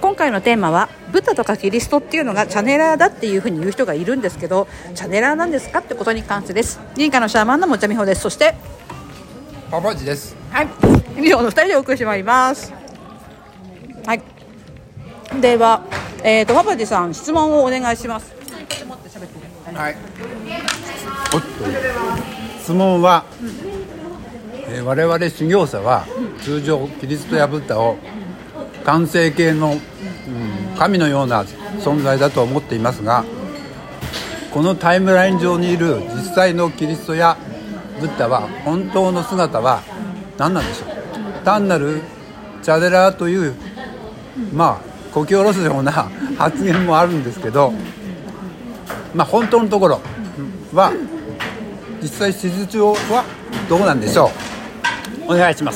今回のテーマはブッダとかキリストっていうのがチャネラーだっていうふうに言う人がいるんですけど、チャネラーなんですかってことに関してです。銀河のシャーマンのもちゃみほです。そしてパパジです。 はい、以上の2人でお送りしてまいります。はい、では、パパジさん質問をお願いします。 はい。質問は、我々修行者は通常キリストやブッダを完成形の、神のような存在だと思っていますが、このタイムライン上にいる実際のキリストやブッダは本当の姿は何なんでしょう。単なるチャデラーというこき下ろすような発言もあるんですけど、本当のところは実際史実上はどうなんでしょう。お願いします。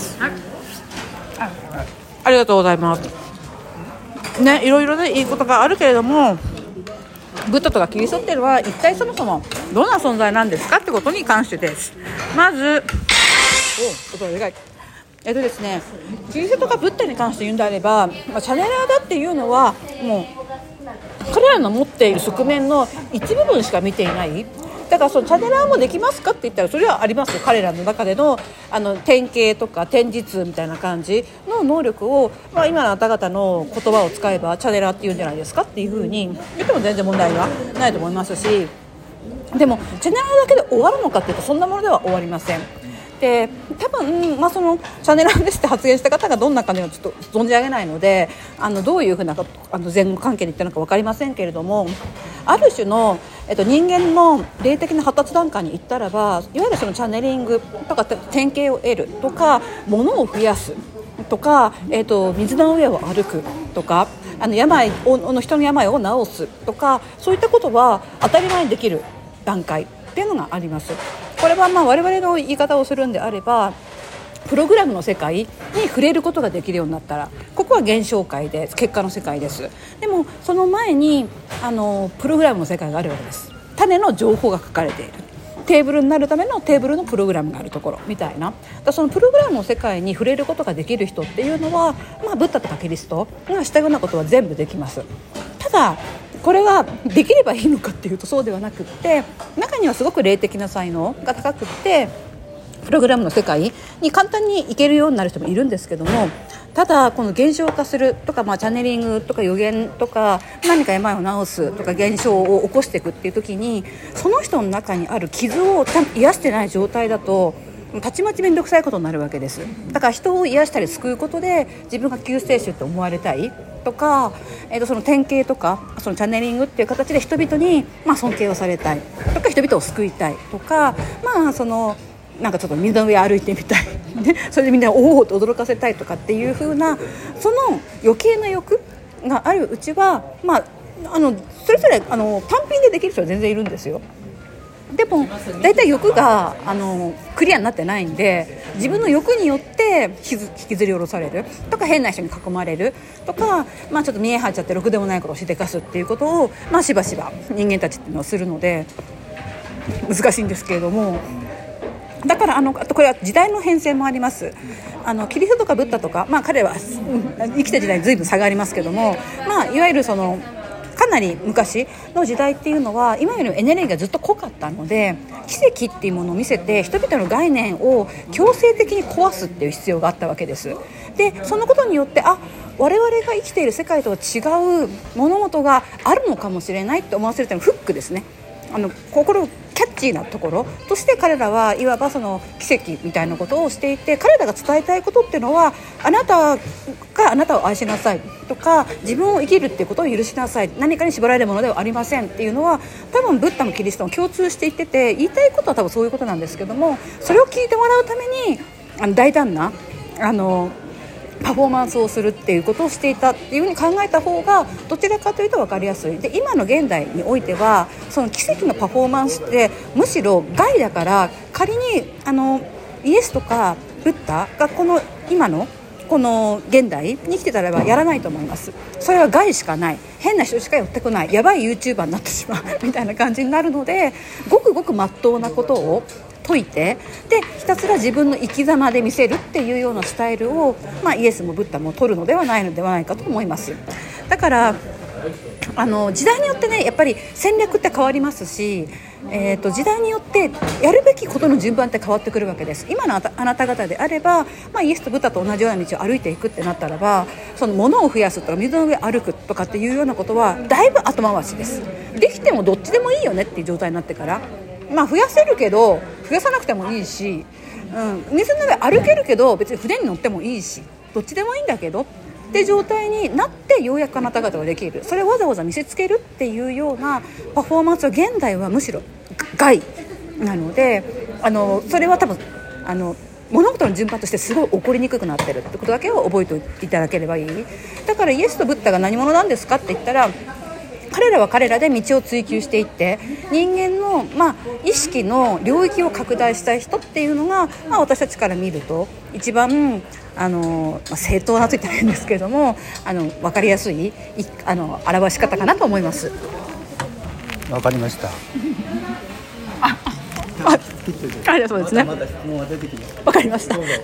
ありがとうございますね。いろいろねいいことがあるけれども、ブッダとかキリストっていうのは一体そもそもどんな存在なんですかってことに関してです。まず音がでかい。ですね、キリストとかブッダに関して言うんであれば、チャネラーだっていうのはもう彼らの持っている側面の一部分しか見ていない。だからそのチャネラーもできますかって言ったらそれはありますよ。彼らの中での典型とか展示図みたいな感じの能力を、今のあなた方の言葉を使えばチャネラーって言うんじゃないですかっていうふうに言っても全然問題はないと思いますし、でもチャネラーだけで終わるのかっていうとそんなものでは終わりません。で多分、そのチャネラーですって発言した方がどんなかはちょっと存じ上げないので、どういうふうな前後関係で言ったのか分かりませんけれども、ある種の、人間の霊的な発達段階に行ったらば、いわゆるそのチャネリングとか典型を得るとか物を増やすとか、水の上を歩くとか人の病を治すとか、そういったことは当たり前にできる段階っていうのがあります。これは我々の言い方をするんであれば、プログラムの世界に触れることができるようになったら、ここは現象界で結果の世界です。でもその前にプログラムの世界があるわけです。種の情報が書かれている、テーブルになるためのテーブルのプログラムがあるところみたいな。そのプログラムの世界に触れることができる人っていうのは、ブッダとかキリストがしたようなことは全部できます。ただこれはできればいいのかっていうとそうではなくって、中にはすごく霊的な才能が高くってプログラムの世界に簡単に行けるようになる人もいるんですけども、ただこの現象化するとか、チャネリングとか予言とか何か病を治すとか現象を起こしていくっていう時に、その人の中にある傷をちゃんと癒してない状態だとたちまち面倒くさいことになるわけです。だから人を癒したり救うことで自分が救世主って思われたいとか、その典型とかそのチャネリングっていう形で人々に尊敬をされたいとか、人々を救いたいとか、そのなんかちょっと水の上歩いてみたいそれでみんなおおと驚かせたいとかっていう風な、その余計な欲があるうちは、それぞれ単品でできる人は全然いるんですよ。でも大体欲がクリアになってないんで、自分の欲によって引きずり下ろされるとか、変な人に囲まれるとか、ちょっと見え張っちゃってろくでもないことをしでかすっていうことを、しばしば人間たちっていうのはするので難しいんですけれども、だからあとこれは時代の変遷もあります。キリストとかブッダとか、彼は生きた時代に随分差がありますけども、いわゆるそのかなり昔の時代っていうのは今よりもエネルギーがずっと濃かったので、奇跡っていうものを見せて人々の概念を強制的に壊すっていう必要があったわけです。でそのことによって我々が生きている世界とは違う物事があるのかもしれないって思わせるためのフックですね。心キャッチーなところとして彼らはいわばその奇跡みたいなことをしていて、彼らが伝えたいことっていうのは、あなたがあなたを愛しなさいとか、自分を生きるっていうことを許しなさい、何かに縛られるものではありませんっていうのは多分ブッダもキリストも共通していってて、言いたいことは多分そういうことなんですけども、それを聞いてもらうために大胆なパフォーマンスをするっていうことをしていたっていうふうに考えた方がどちらかというと分かりやすい。で今の現代においてはその奇跡のパフォーマンスってむしろ害だから、仮にイエスとかブッダがこの今のこの現代に生きてたらばやらないと思います。それは害しかない、変な人しか寄ってこない、やばい YouTuber になってしまうみたいな感じになるので、ごくごく真っ当なことを解いて、でひたすら自分の生き様で見せるっていうようなスタイルを、イエスもブッダも取るのではないかと思います。 だから時代によってねやっぱり戦略って変わりますし、時代によってやるべきことの順番って変わってくるわけです。今のあなた方であれば、イエスとブタと同じような道を歩いていくってなったらば、その物を増やすとか水の上歩くとかっていうようなことはだいぶ後回しです。できてもどっちでもいいよねっていう状態になってから、増やせるけど増やさなくてもいいし、水の上歩けるけど別に船に乗ってもいいし、どっちでもいいんだけどって状態になってようやくあなた方ができる。それをわざわざ見せつけるっていうようなパフォーマンスは現代はむしろ害なので、それは多分物事の順番としてすごい起こりにくくなってるってことだけを覚えておいていただければいい。だからイエスとブッダが何者なんですかって言ったら、彼らは彼らで道を追求していって、人間の、意識の領域を拡大したい人っていうのが、私たちから見ると一番正当なと言ったらいいんですけれども、分かりやすい表し方かなと思います。 わかりました。 そうですね。 まだ質問は出てきます。 わかりました。はい。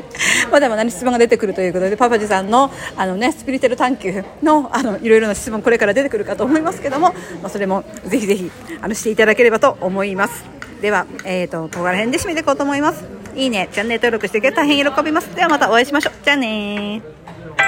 まだまだ質問が出てくるということで、パパジさんのスピリチュアル探求のいろいろな質問これから出てくるかと思いますけども、それもぜひぜひしていただければと思います。ではここら辺で締めていこうと思います。いいね、チャンネル登録してくれて大変喜びます。ではまたお会いしましょう。じゃあねー。